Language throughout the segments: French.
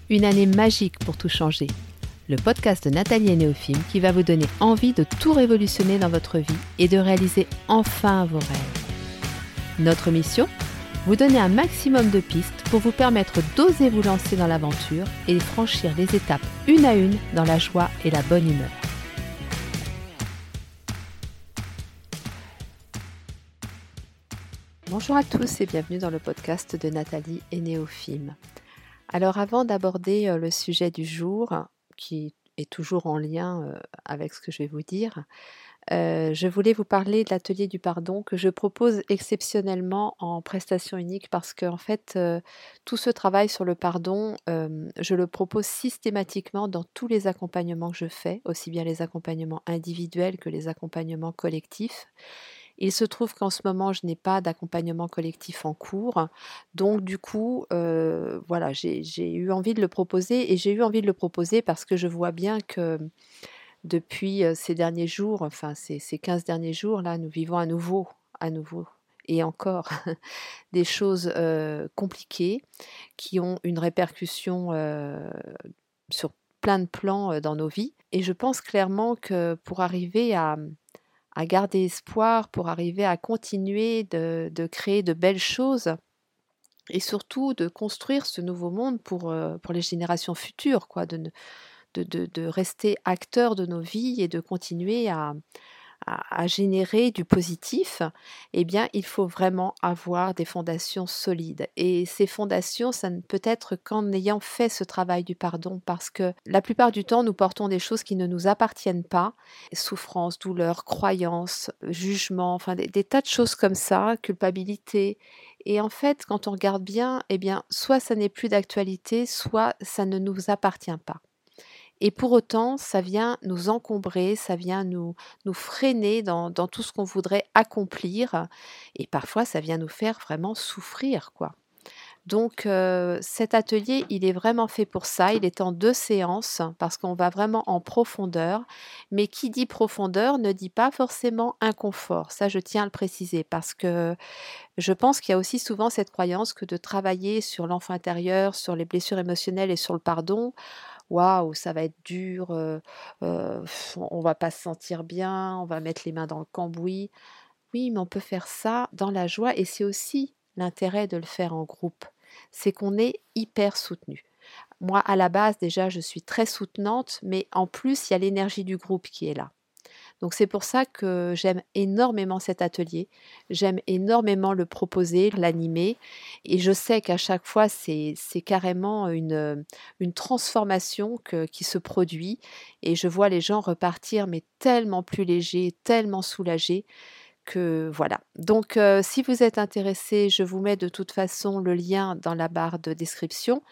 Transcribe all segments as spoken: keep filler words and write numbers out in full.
Une année magique pour tout changer. Le podcast de Nathalie et Néophime qui va vous donner envie de tout révolutionner dans votre vie et de réaliser enfin vos rêves. Notre mission ? Vous donner un maximum de pistes pour vous permettre d'oser vous lancer dans l'aventure et franchir les étapes une à une dans la joie et la bonne humeur. Bonjour à tous et bienvenue dans le podcast de Nathalie et Néophime. Alors avant d'aborder le sujet du jour, qui est toujours en lien avec ce que je vais vous dire, euh, je voulais vous parler de l'atelier du pardon que je propose exceptionnellement en prestation unique parce que en fait, euh, tout ce travail sur le pardon, euh, je le propose systématiquement dans tous les accompagnements que je fais, aussi bien les accompagnements individuels que les accompagnements collectifs. Il se trouve qu'en ce moment, je n'ai pas d'accompagnement collectif en cours. Donc du coup, euh, voilà, j'ai, j'ai eu envie de le proposer et j'ai eu envie de le proposer parce que je vois bien que depuis ces derniers jours, enfin ces, ces quinze derniers jours, là, nous vivons à nouveau, à nouveau et encore des choses euh, compliquées qui ont une répercussion euh, sur plein de plans euh, dans nos vies. Et je pense clairement que pour arriver à à garder espoir, pour arriver à continuer de, de créer de belles choses et surtout de construire ce nouveau monde pour, euh, pour les générations futures, quoi, de, de, de, de rester acteurs de nos vies et de continuer à, à, à générer du positif, eh bien, il faut vraiment avoir des fondations solides. Et ces fondations, ça ne peut être qu'en ayant fait ce travail du pardon, parce que la plupart du temps, nous portons des choses qui ne nous appartiennent pas, souffrance, douleur, croyance, jugement, enfin des, des tas de choses comme ça, culpabilité. Et en fait, quand on regarde bien, eh bien, soit ça n'est plus d'actualité, soit ça ne nous appartient pas. Et pour autant, ça vient nous encombrer, ça vient nous, nous freiner dans, dans tout ce qu'on voudrait accomplir. Et parfois, ça vient nous faire vraiment souffrir, quoi. Donc, euh, cet atelier, il est vraiment fait pour ça. Il est en deux séances parce qu'on va vraiment en profondeur. Mais qui dit profondeur ne dit pas forcément inconfort. Ça, je tiens à le préciser parce que je pense qu'il y a aussi souvent cette croyance que de travailler sur l'enfant intérieur, sur les blessures émotionnelles et sur le pardon, waouh, ça va être dur, heu heu, on va pas se sentir bien, on va mettre les mains dans le cambouis. Oui, mais on peut faire ça dans la joie et c'est aussi l'intérêt de le faire en groupe. C'est qu'on est hyper soutenu. Moi, à la base, déjà, je suis très soutenante, mais en plus, il y a l'énergie du groupe qui est là. Donc c'est pour ça que j'aime énormément cet atelier, j'aime énormément le proposer, l'animer et je sais qu'à chaque fois c'est c'est carrément une, une transformation que qui se produit et je vois les gens repartir mais tellement plus légers, tellement soulagés que voilà. Donc heu, si vous êtes intéressés, je vous mets de toute façon le lien dans la barre de description.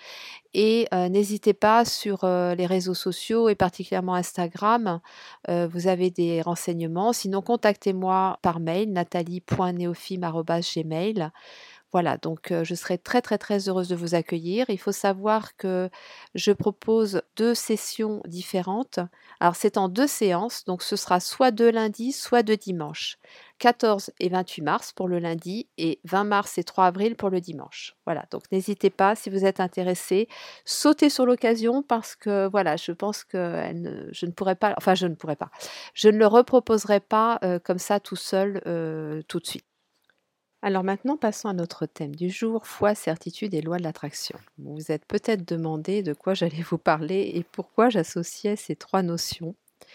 Et heu, n'hésitez pas sur, heu, les réseaux sociaux et particulièrement Instagram, heu, vous avez des renseignements. Sinon contactez-moi par mail nathalie point néophime arobase gmail. Voilà, donc heu, je serai très, très, très heureuse de vous accueillir. Il faut savoir que je propose deux sessions différentes. Alors c'est en deux séances, donc ce sera soit de lundi, soit de dimanche. quatorze et vingt-huit mars pour le lundi et vingt mars et trois avril pour le dimanche. Voilà, donc n'hésitez pas si vous êtes intéressés, sautez sur l'occasion parce que voilà, je pense que elle ne je ne pourrais pas enfin je ne pourrais pas. Je ne le reproposerai pas, heu, comme ça tout seul, heu, tout de suite. Alors maintenant, passons à notre thème du jour, foi, certitude et loi de l'attraction. Vous vous êtes peut-être demandé de quoi j'allais vous parler et pourquoi j'associais ces trois notions.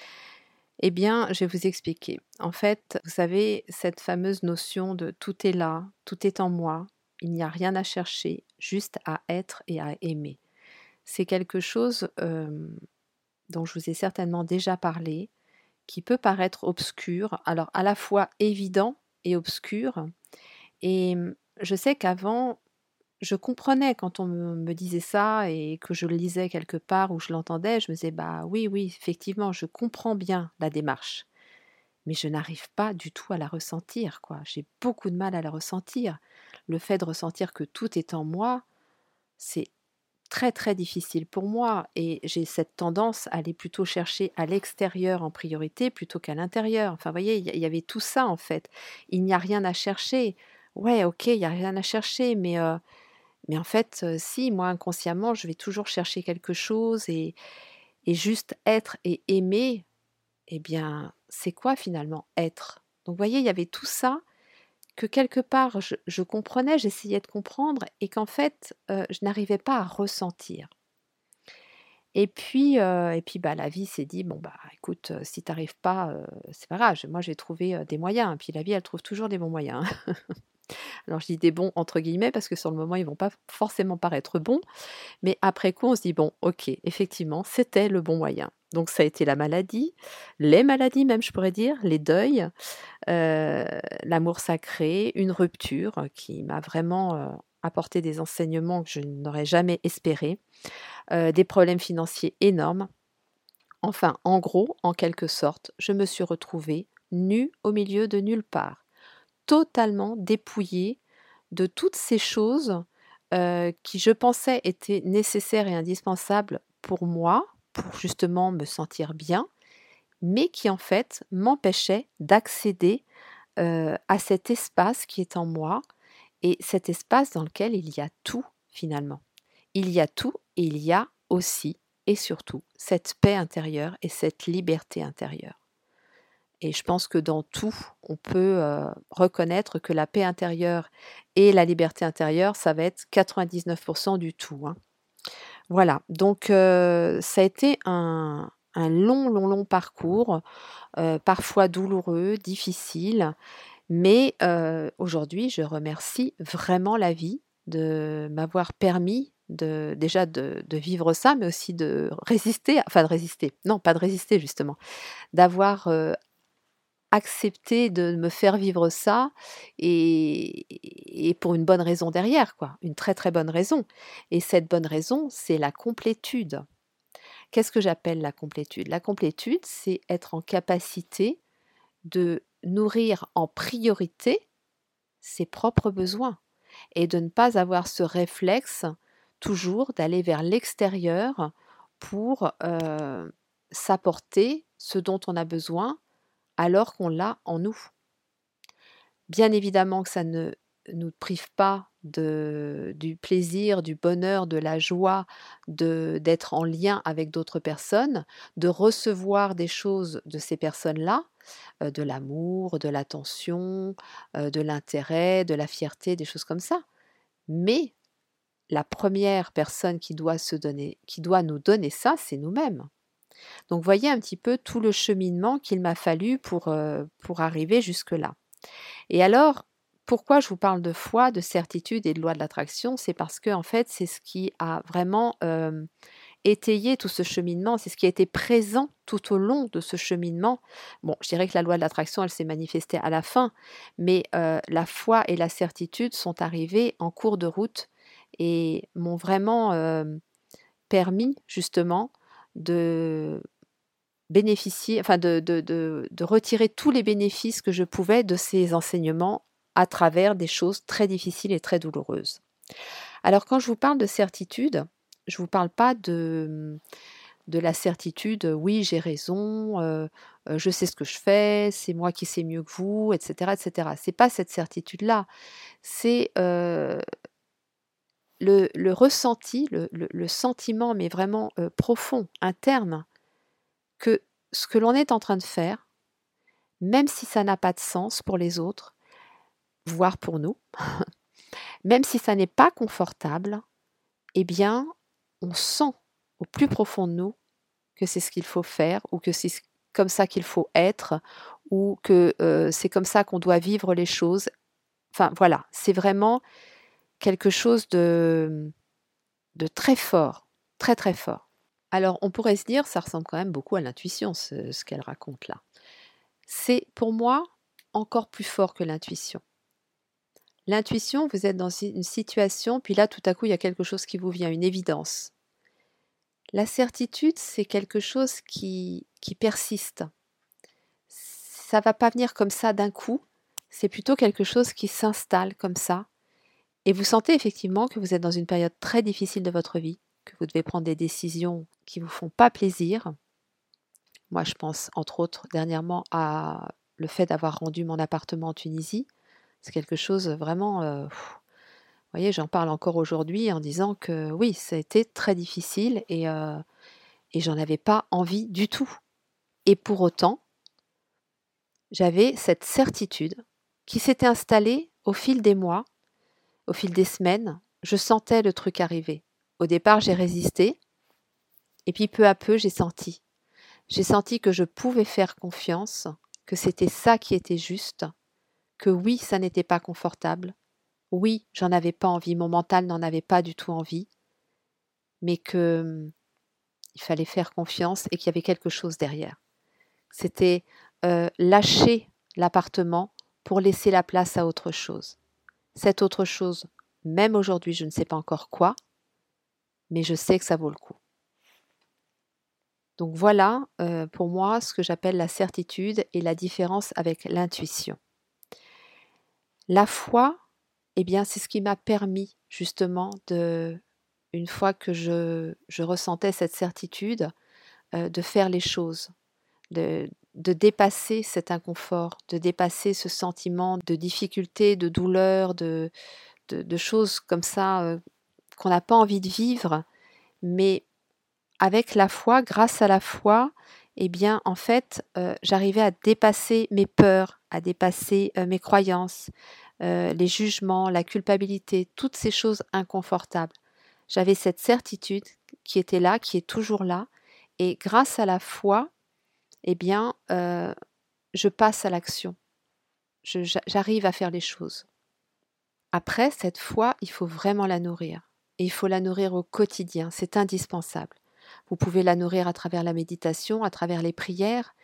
Eh bien, je vais vous expliquer. En fait, vous savez, cette fameuse notion de tout est là, tout est en moi, il n'y a rien à chercher, juste à être et à aimer. C'est quelque chose euh, dont je vous ai certainement déjà parlé, qui peut paraître obscur, alors à la fois évident et obscur. Et mmh, je sais qu'avant, je comprenais quand on me me disait ça et que je le lisais quelque part ou je l'entendais, je me disais: «Bah, oui, oui, effectivement, je comprends bien la démarche». Mais je n'arrive pas du tout à la ressentir, quoi. J'ai beaucoup de mal à la ressentir. Le fait de ressentir que tout est en moi, c'est très, très difficile pour moi et j'ai cette tendance à aller plutôt chercher à l'extérieur en priorité plutôt qu'à l'intérieur. Enfin, vous voyez, il y il y avait tout ça, en fait. Il n'y a rien à chercher. Ouais, OK, il y a rien à chercher, mais heu, Mais en fait, heu, si, moi inconsciemment, je vais toujours chercher quelque chose et et juste être et aimer, eh bien, c'est quoi finalement être? Donc vous voyez, il y avait tout ça que quelque part je je comprenais, j'essayais de comprendre et qu'en fait, heu, je n'arrivais pas à ressentir. Et puis, heu et puis, bah, la vie s'est dit: «Bon, bah, écoute, heu, si tu arrives pas, heu, c'est pas grave, moi je vais trouver, heu, des moyens». Puis la vie, elle trouve toujours des bons moyens, hein. Alors je dis «des bons» entre guillemets parce que sur le moment, ils vont pas forcément paraître bons, mais après coup, on se dit: «Bon, OK, effectivement, c'était le bon moyen». Donc ça a été la maladie, les maladies même, je pourrais dire, les deuils, heu, l'amour sacré, une rupture qui m'a vraiment, heu, apporté des enseignements que je n'aurais jamais espérés, heu, des problèmes financiers énormes. Enfin, en gros, en quelque sorte, je me suis retrouvée nue au milieu de nulle part, totalement dépouillée de toutes ces choses, heu, qui je pensais étaient nécessaires et indispensables pour moi, pour justement me sentir bien, mais qui en fait m'empêchaient d'accéder, heu, à cet espace qui est en moi et cet espace dans lequel il y a tout finalement. Il y a tout et il y a aussi et surtout cette paix intérieure et cette liberté intérieure. Et je pense que dans tout, on peut, heu, reconnaître que la paix intérieure et la liberté intérieure, ça va être quatre-vingt-dix-neuf du tout, hein. Voilà, donc heu, ça a été un un long, long, long parcours, heu, parfois douloureux, difficile, mais heu, aujourd'hui, je remercie vraiment la vie de m'avoir permis de déjà de de vivre ça, mais aussi de résister, enfin de résister, non, pas de résister justement, d'avoir, heu, accepté de me faire vivre ça et et pour une bonne raison derrière quoi, une très, très bonne raison et cette bonne raison, c'est la complétude. Qu'est-ce que j'appelle la complétude? La complétude, c'est être en capacité de nourrir en priorité ses propres besoins et de ne pas avoir ce réflexe toujours d'aller vers l'extérieur pour, heu, s'apporter ce dont on a besoin alors qu'on l'a en nous. Bien évidemment que ça ne nous prive pas de du plaisir, du bonheur, de la joie de d'être en lien avec d'autres personnes, de recevoir des choses de ces personnes-là, heu, de l'amour, de l'attention, heu, de l'intérêt, de la fierté, des choses comme ça. Mais la première personne qui doit se donner qui doit nous donner ça, c'est nous-mêmes. Donc voyez un petit peu tout le cheminement qu'il m'a fallu pour, heu, pour arriver jusque-là. Et alors, pourquoi je vous parle de foi, de certitude et de loi de l'attraction? C'est parce que en fait, c'est ce qui a vraiment, hem, étayé tout ce cheminement, c'est ce qui a été présent tout au long de ce cheminement. Bon, je dirais que la loi de l'attraction, elle s'est manifestée à la fin, mais heu, la foi et la certitude sont arrivées en cours de route et m'ont vraiment, hem, permis justement de bénéficier, enfin de de de de retirer tous les bénéfices que je pouvais de ces enseignements à travers des choses très difficiles et très douloureuses. Alors quand je vous parle de certitude, je vous parle pas de, mmh, de la certitude, heu, oui j'ai raison, heu heu, je sais ce que je fais, c'est moi qui sais mieux que vous et cetera et cetera. C'est pas cette certitude-là, c'est, heu, le le ressenti, le le le sentiment mais vraiment, heu, profond, interne, que ce que l'on est en train de faire, même si ça n'a pas de sens pour les autres, voire pour nous, même si ça n'est pas confortable, eh bien, on sent au plus profond de nous que c'est ce qu'il faut faire ou que c'est c comme ça qu'il faut être ou que, heu, c'est comme ça qu'on doit vivre les choses. Enfin voilà, c'est vraiment quelque chose de, mmh, de très fort, très, très fort. Alors on pourrait se dire, ça ressemble quand même beaucoup à l'intuition ce ce qu'elle raconte là. C'est pour moi encore plus fort que l'intuition. L'intuition, vous êtes dans si une situation, puis là, tout à coup, il y a quelque chose qui vous vient, une évidence. La certitude, c'est quelque chose qui qui persiste. Ça va pas venir comme ça d'un coup, c'est plutôt quelque chose qui s'installe comme ça et vous sentez effectivement que vous êtes dans une période très difficile de votre vie, que vous devez prendre des décisions qui vous font pas plaisir. Moi, je pense entre autres dernièrement à le fait d'avoir rendu mon appartement en Tunisie. C'est quelque chose vraiment, heu, voyez, j'en parle encore aujourd'hui en disant que oui, ça a été très difficile et heu et j'en avais pas envie du tout et pour autant, j'avais cette certitude qui s'était installée au fil des mois, au fil des semaines. Je sentais le truc arriver. Au départ, j'ai résisté et puis peu à peu, j'ai senti. J'ai senti que je pouvais faire confiance, que c'était ça qui était juste, que oui, ça n'était pas confortable. Oui, j'en avais pas envie, mon mental n'en avait pas du tout envie, mais que, mmh, il fallait faire confiance et qu'il y avait quelque chose derrière. C'était, heu, lâcher l'appartement pour laisser la place à autre chose. Cette autre chose, même aujourd'hui, je ne sais pas encore quoi, mais je sais que ça vaut le coup. Donc voilà, heu, pour moi, ce que j'appelle la certitude et la différence avec l'intuition. La foi, eh bien, c'est ce qui m'a permis justement de une fois que je je ressentais cette certitude, heu, de faire les choses, de de dépasser cet inconfort, de dépasser ce sentiment de difficulté, de douleur, de de de choses comme ça, heu, qu'on n'a pas envie de vivre. Mais avec la foi, grâce à la foi, eh bien, en fait, heu, j'arrivais à dépasser mes peurs, à dépasser, heu, mes croyances, heu, les jugements, la culpabilité, toutes ces choses inconfortables. J'avais cette certitude qui était là, qui est toujours là et grâce à la foi, eh bien, heu, je passe à l'action. Je j'a j'arrive à faire les choses. Après, cette foi, il faut vraiment la nourrir et il faut la nourrir au quotidien, c'est indispensable. Vous pouvez la nourrir à travers la méditation, à travers les prières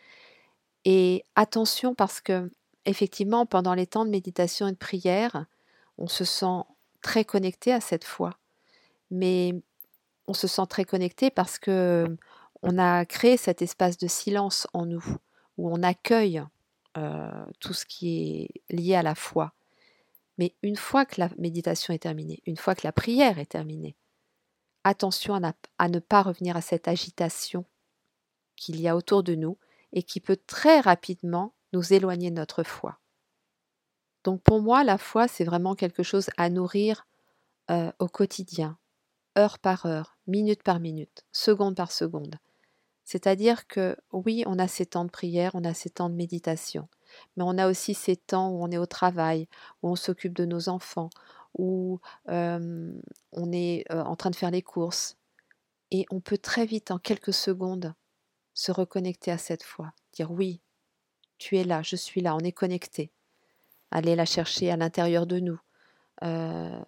et attention parce que effectivement, pendant les temps de méditation et de prière, on se sent très connecté à cette foi. Mais on se sent très connecté parce que on a créé cet espace de silence en nous, où on accueille, heu, tout ce qui est lié à la foi. Mais une fois que la méditation est terminée, une fois que la prière est terminée, attention à, n'a- à ne pas revenir à cette agitation qu'il y a autour de nous et qui peut très rapidement nous éloigner de notre foi. Donc pour moi, la foi, c'est vraiment quelque chose à nourrir euh, au quotidien, heure par heure, minute par minute, seconde par seconde. C'est-à-dire que oui, on a ces temps de prière, on a ces temps de méditation, mais on a aussi ces temps où on est au travail, où on s'occupe de nos enfants, où euh, on est euh, en train de faire les courses. Et on peut très vite, en quelques secondes, se reconnecter à cette foi. Dire oui, tu es là, je suis là, on est connecté. Aller la chercher à l'intérieur de nous. Euh,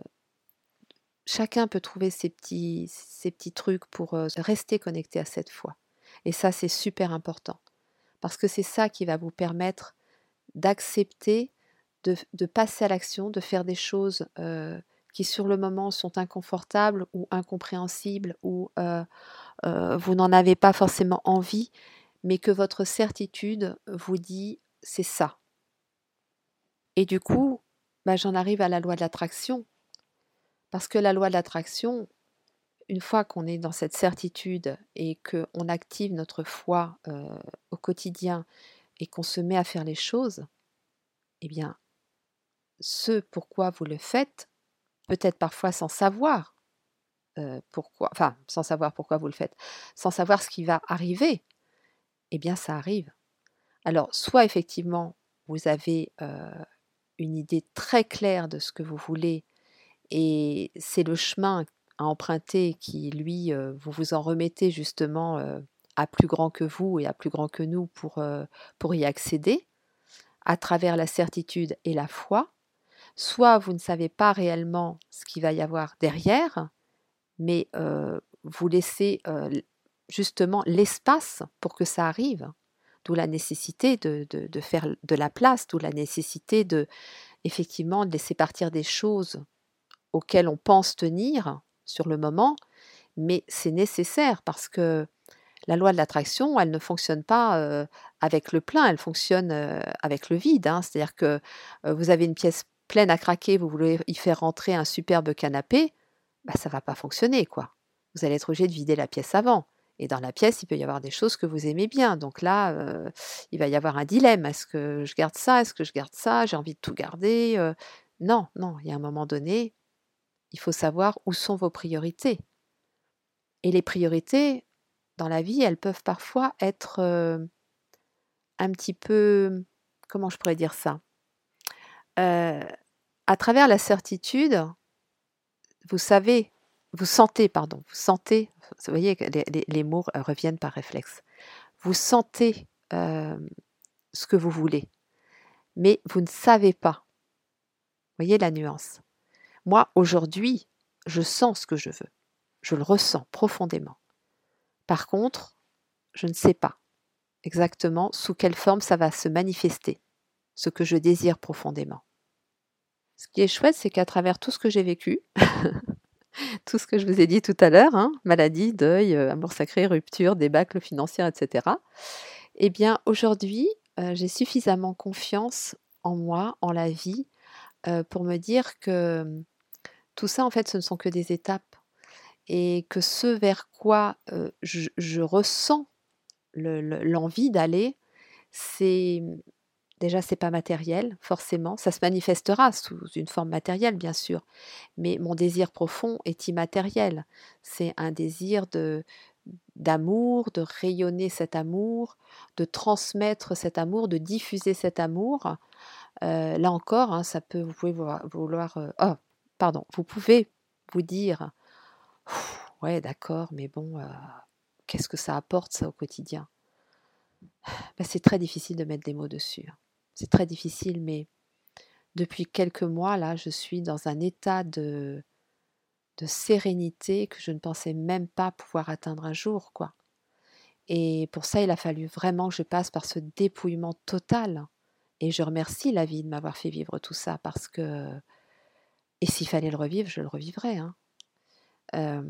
Chacun peut trouver ses petits, ses petits trucs pour euh, rester connecté à cette foi. Et ça, c'est super important. Parce que c'est ça qui va vous permettre d'accepter, de, de passer à l'action, de faire des choses euh, qui sur le moment sont inconfortables ou incompréhensibles ou euh, euh, vous n'en avez pas forcément envie, mais que votre certitude vous dit c'est ça. Et du coup, bah, j'en arrive à la loi de l'attraction. Parce que la loi de l'attraction, une fois qu'on est dans cette certitude et qu'on active notre foi euh, au quotidien et qu'on se met à faire les choses, eh bien, ce pourquoi vous le faites, peut-être parfois sans savoir euh, pourquoi, enfin, sans savoir pourquoi vous le faites, sans savoir ce qui va arriver, eh bien, ça arrive. Alors, soit effectivement, vous avez euh, une idée très claire de ce que vous voulez et c'est le chemin à emprunter qui, lui, euh, vous vous en remettez justement euh, à plus grand que vous et à plus grand que nous pour, euh, pour y accéder à travers la certitude et la foi. Soit vous ne savez pas réellement ce qu'il va y avoir derrière, mais euh, vous laissez euh, justement l'espace pour que ça arrive. D'où la nécessité de, de, de faire de la place, d'où la nécessité de, effectivement, de laisser partir des choses auxquelles on pense tenir sur le moment, mais c'est nécessaire parce que la loi de l'attraction, elle ne fonctionne pas euh, avec le plein, elle fonctionne euh, avec le vide. Hein. C'est-à-dire que euh, vous avez une pièce pleine à craquer, vous voulez y faire rentrer un superbe canapé, bah, ça ne va pas fonctionner, quoi. Vous allez être obligé de vider la pièce avant. Et dans la pièce, il peut y avoir des choses que vous aimez bien. Donc là, euh, il va y avoir un dilemme. Est-ce que je garde ça? Est-ce que je garde ça? J'ai envie de tout garder. Euh, non, non, il y a un moment donné, il faut savoir où sont vos priorités. Et les priorités, dans la vie, elles peuvent parfois être euh, un petit peu, comment je pourrais dire ça? Euh, à travers la certitude, vous savez, vous sentez, pardon, vous sentez, vous voyez que les, les- les mots euh, reviennent par réflexe. Vous sentez euh, ce que vous voulez, mais vous ne savez pas. Vous voyez la nuance? Moi, aujourd'hui, je sens ce que je veux. Je le ressens profondément. Par contre, je ne sais pas exactement sous quelle forme ça va se manifester, ce que je désire profondément. Ce qui est chouette, c'est qu'à travers tout ce que j'ai vécu, tout ce que je vous ai dit tout à l'heure, hein, maladie, deuil, euh, amour sacré, rupture, débâcle financière, et cetera, eh bien aujourd'hui, euh, j'ai suffisamment confiance en moi, en la vie, euh, pour me dire que hum, tout ça, en fait, ce ne sont que des étapes et que ce vers quoi euh, je, je ressens le- le- l'envie d'aller, c'est déjà, c'est pas matériel, forcément. Ça se manifestera sous une forme matérielle, bien sûr, mais mon désir profond est immatériel. C'est un désir de d'amour, de rayonner cet amour, de transmettre cet amour, de diffuser cet amour. Euh, là encore, hein, ça peut, vous pouvez vouloir, vouloir euh, oh, pardon, vous pouvez vous dire, ouais, d'accord, mais bon, euh, qu'est-ce que ça apporte ça au quotidien? Ben, c'est très difficile de mettre des mots dessus, hein. C'est très difficile, mais depuis quelques mois, là, je suis dans un état de, de sérénité que je ne pensais même pas pouvoir atteindre un jour, quoi. Et pour ça, il a fallu vraiment que je passe par ce dépouillement total. Et je remercie la vie de m'avoir fait vivre tout ça parce que, et s'il fallait le revivre, je le revivrais, hein. Euh,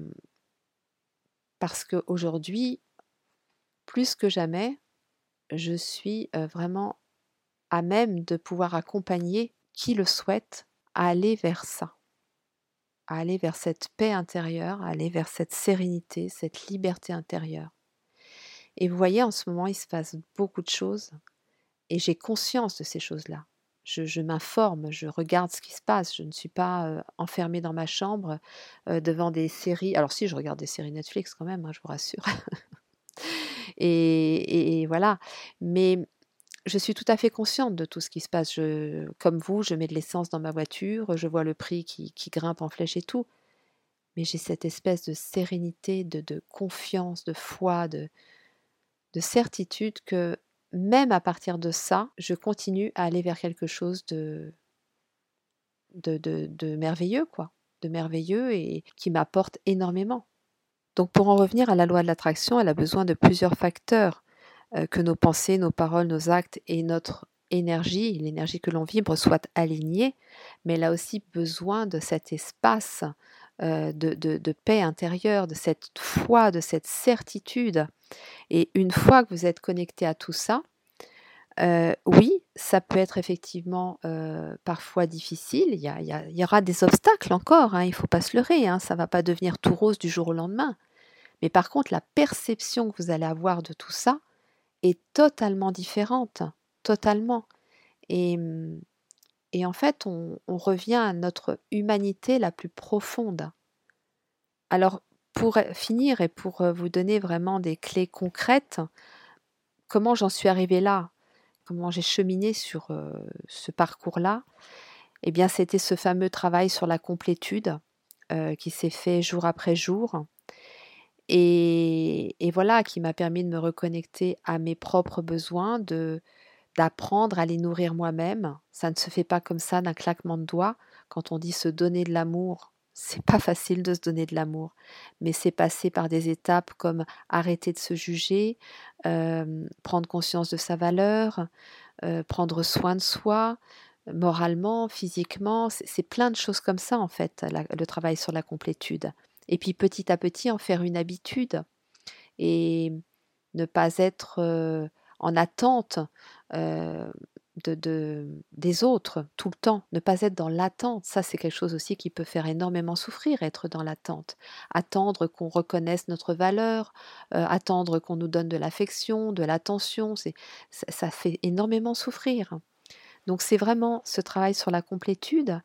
parce qu'aujourd'hui, plus que jamais, je suis euh, vraiment à même de pouvoir accompagner qui le souhaite à aller vers ça, à aller vers cette paix intérieure, à aller vers cette sérénité, cette liberté intérieure. Et vous voyez, en ce moment, il se passe beaucoup de choses et j'ai conscience de ces choses-là. Je, je m'informe, je regarde ce qui se passe. Je ne suis pas euh, enfermée dans ma chambre euh, devant des séries. Alors si, je regarde des séries Netflix quand même, hein, je vous rassure. et, et- et voilà. Mais je suis tout à fait consciente de tout ce qui se passe. Je, comme vous, je mets de l'essence dans ma voiture, je vois le prix qui, qui grimpe en flèche et tout. Mais j'ai cette espèce de sérénité, de, de confiance, de foi, de, de certitude que même à partir de ça, je continue à aller vers quelque chose de, de, de, de merveilleux, quoi, de merveilleux et qui m'apporte énormément. Donc pour en revenir à la loi de l'attraction, elle a besoin de plusieurs facteurs, euh, que nos pensées, nos paroles, nos actes et notre énergie, l'énergie que l'on vibre, soient alignés, mais elle a aussi besoin de cet espace euh, de, de, de paix intérieure, de cette foi, de cette certitude. Et une fois que vous êtes connecté à tout ça, euh, oui, ça peut être effectivement euh, parfois difficile. Il y, a- il y a- il y aura des obstacles encore, hein, il ne faut pas se leurrer, hein, ça ne va pas devenir tout rose du jour au lendemain. Mais par contre, la perception que vous allez avoir de tout ça est totalement différente, totalement. Et, hum, et en fait, on, on revient à notre humanité la plus profonde. Alors, pour finir et pour euh, vous donner vraiment des clés concrètes, comment j'en suis arrivée là? Comment j'ai cheminé sur euh, ce parcours-là, eh bien, c'était ce fameux travail sur la complétude euh, qui s'est fait jour après jour et, et voilà, qui m'a permis de me reconnecter à mes propres besoins, de d'apprendre à les nourrir moi-même. Ça ne se fait pas comme ça d'un claquement de doigts. Quand on dit se donner de l'amour, c'est pas facile de se donner de l'amour, mais c'est passé par des étapes comme arrêter de se juger, euh, prendre conscience de sa valeur, euh, prendre soin de soi, moralement, physiquement, c'est c'est plein de choses comme ça en fait, la- le travail sur la complétude. Et puis petit à petit en faire une habitude et ne pas être euh, en attente euh, de, de- des autres tout le temps, ne pas être dans l'attente. Ça, c'est quelque chose aussi qui peut faire énormément souffrir, être dans l'attente. Attendre qu'on reconnaisse notre valeur, euh, attendre qu'on nous donne de l'affection, de l'attention, c'est, ça, ça fait énormément souffrir. Donc c'est vraiment ce travail sur la complétude.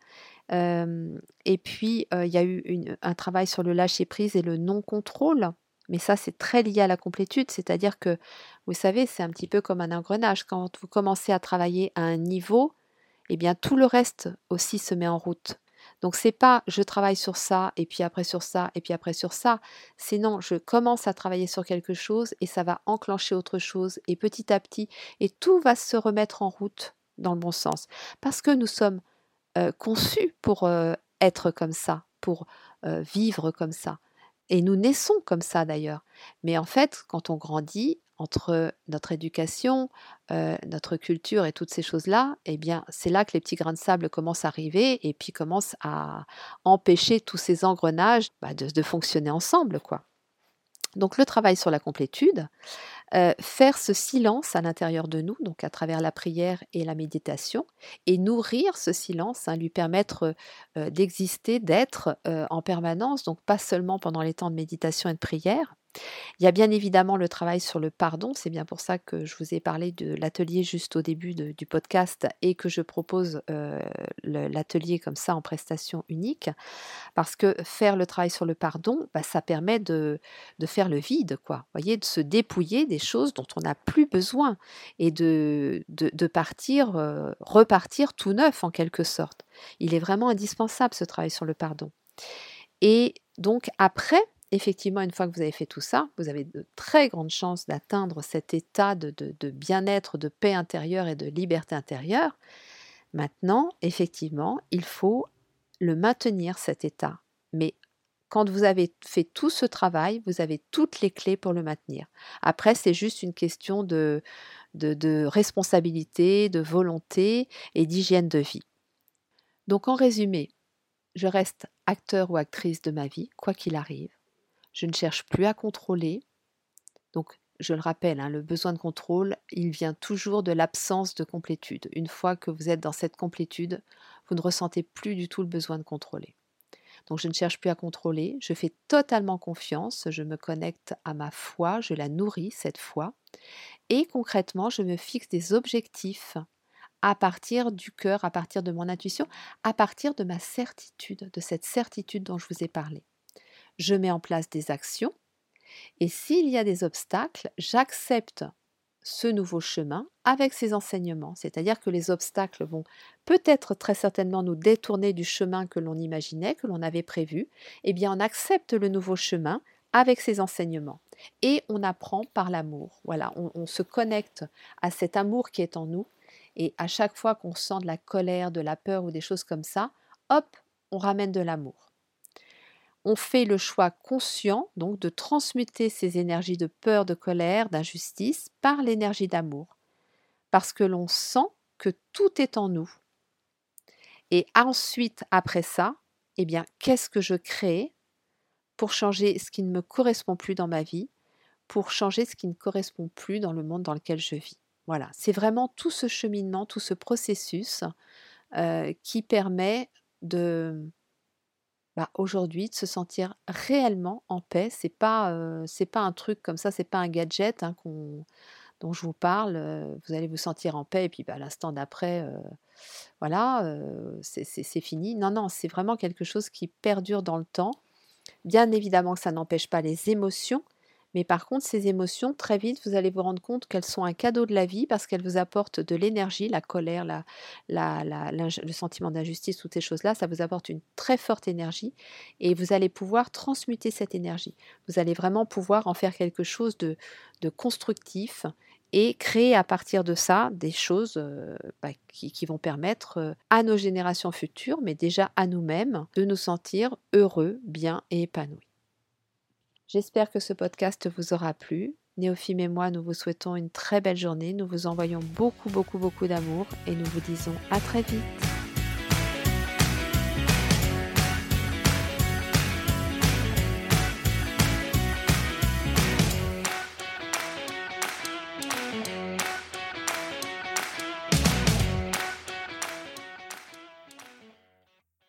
Hem et puis, heu, il y a eu une un travail sur le lâcher prise et le non-contrôle. Mais ça, c'est très lié à la complétude. C'est-à-dire que, vous savez, c'est un petit peu comme un engrenage. Quand vous commencez à travailler à un niveau, eh bien tout le reste aussi se met en route. Donc c'est pas je travaille sur ça et puis après sur ça et puis après sur ça. C'est non, je commence à travailler sur quelque chose et ça va enclencher autre chose et petit à petit et tout va se remettre en route dans le bon sens. Parce que nous sommes, heu, conçus pour, heu, être comme ça, pour, heu, vivre comme ça et nous naissons comme ça d'ailleurs. Mais en fait, quand on grandit, entre notre éducation, heu, notre culture et toutes ces choses-là, eh bien, c'est là que les petits grains de sable commencent à arriver et puis commencent à empêcher tous ces engrenages, bah, de de fonctionner ensemble, quoi. Donc le travail sur la complétude, heu, faire ce silence à l'intérieur de nous, donc à travers la prière et la méditation et nourrir ce silence, hein, lui permettre, heu heu, d'exister, d'être, heu, en permanence, donc pas seulement pendant les temps de méditation et de prière. Il y a bien évidemment le travail sur le pardon, c'est bien pour ça que je vous ai parlé de l'atelier juste au début de du podcast et que je propose, heu, le l'atelier comme ça en prestation unique. Parce que faire le travail sur le pardon, bah, ça permet de de faire le vide, quoi. Vous voyez? De se dépouiller des choses dont on n'a plus besoin et de de de partir, heu, repartir tout neuf en quelque sorte. Il est vraiment indispensable ce travail sur le pardon et donc après, effectivement, une fois que vous avez fait tout ça, vous avez de très grandes chances d'atteindre cet état de de de bien-être, de paix intérieure et de liberté intérieure. Maintenant, effectivement, il faut le maintenir cet état. Mais quand vous avez fait tout ce travail, vous avez toutes les clés pour le maintenir. Après, c'est juste une question de de de responsabilité, de volonté et d'hygiène de vie. Donc en résumé, je reste acteur ou actrice de ma vie, quoi qu'il arrive. Je ne cherche plus à contrôler. Donc, je le rappelle, hein, le besoin de contrôle, il vient toujours de l'absence de complétude. Une fois que vous êtes dans cette complétude, vous ne ressentez plus du tout le besoin de contrôler. Donc, je ne cherche plus à contrôler, je fais totalement confiance, je me connecte à ma foi, je la nourris, cette foi. Et concrètement, je me fixe des objectifs à partir du cœur, à partir de mon intuition, à partir de ma certitude, de cette certitude dont je vous ai parlé. Je mets en place des actions et s'il y a des obstacles, j'accepte ce nouveau chemin avec ses enseignements. C'est-à-dire que les obstacles vont peut-être très certainement nous détourner du chemin que l'on imaginait, que l'on avait prévu. Eh bien, on accepte le nouveau chemin avec ses enseignements. Et on apprend par l'amour. Voilà, on, on se connecte à cet amour qui est en nous. Et à chaque fois qu'on sent de la colère, de la peur ou des choses comme ça, hop, on ramène de l'amour. On fait le choix conscient donc de transmuter ces énergies de peur, de colère, d'injustice par l'énergie d'amour. Parce que l'on sent que tout est en nous. Et ensuite, après ça, eh bien, qu'est-ce que je crée pour changer ce qui ne me correspond plus dans ma vie, pour changer ce qui ne correspond plus dans le monde dans lequel je vis. Voilà, c'est vraiment tout ce cheminement, tout ce processus euh, qui permet de bah, aujourd'hui de se sentir réellement en paix. C'est pas, heu, c'est pas un truc comme ça, c'est pas un gadget, hein, qu'on dont je vous parle, heu, vous allez vous sentir en paix et puis, bah, l'instant d'après, heu, voilà, heu, c'est c'est c'est fini. Non, non, c'est vraiment quelque chose qui perdure dans le temps. Bien évidemment que ça n'empêche pas les émotions, mais par contre ces émotions, très vite, vous allez vous rendre compte qu'elles sont un cadeau de la vie parce qu'elles vous apportent de l'énergie, la colère, la la la l'inj le sentiment d'injustice, toutes ces choses-là, ça vous apporte une très forte énergie et vous allez pouvoir transmuter cette énergie. Vous allez vraiment pouvoir en faire quelque chose de de constructif et créer à partir de ça des choses, heu, bah, qui qui vont permettre, heu, à nos générations futures, mais déjà à nous-mêmes, de nous sentir heureux, bien et épanouis. J'espère que ce podcast vous aura plu. Néophime et moi, nous vous souhaitons une très belle journée. Nous vous envoyons beaucoup, beaucoup, beaucoup d'amour et nous vous disons à très vite.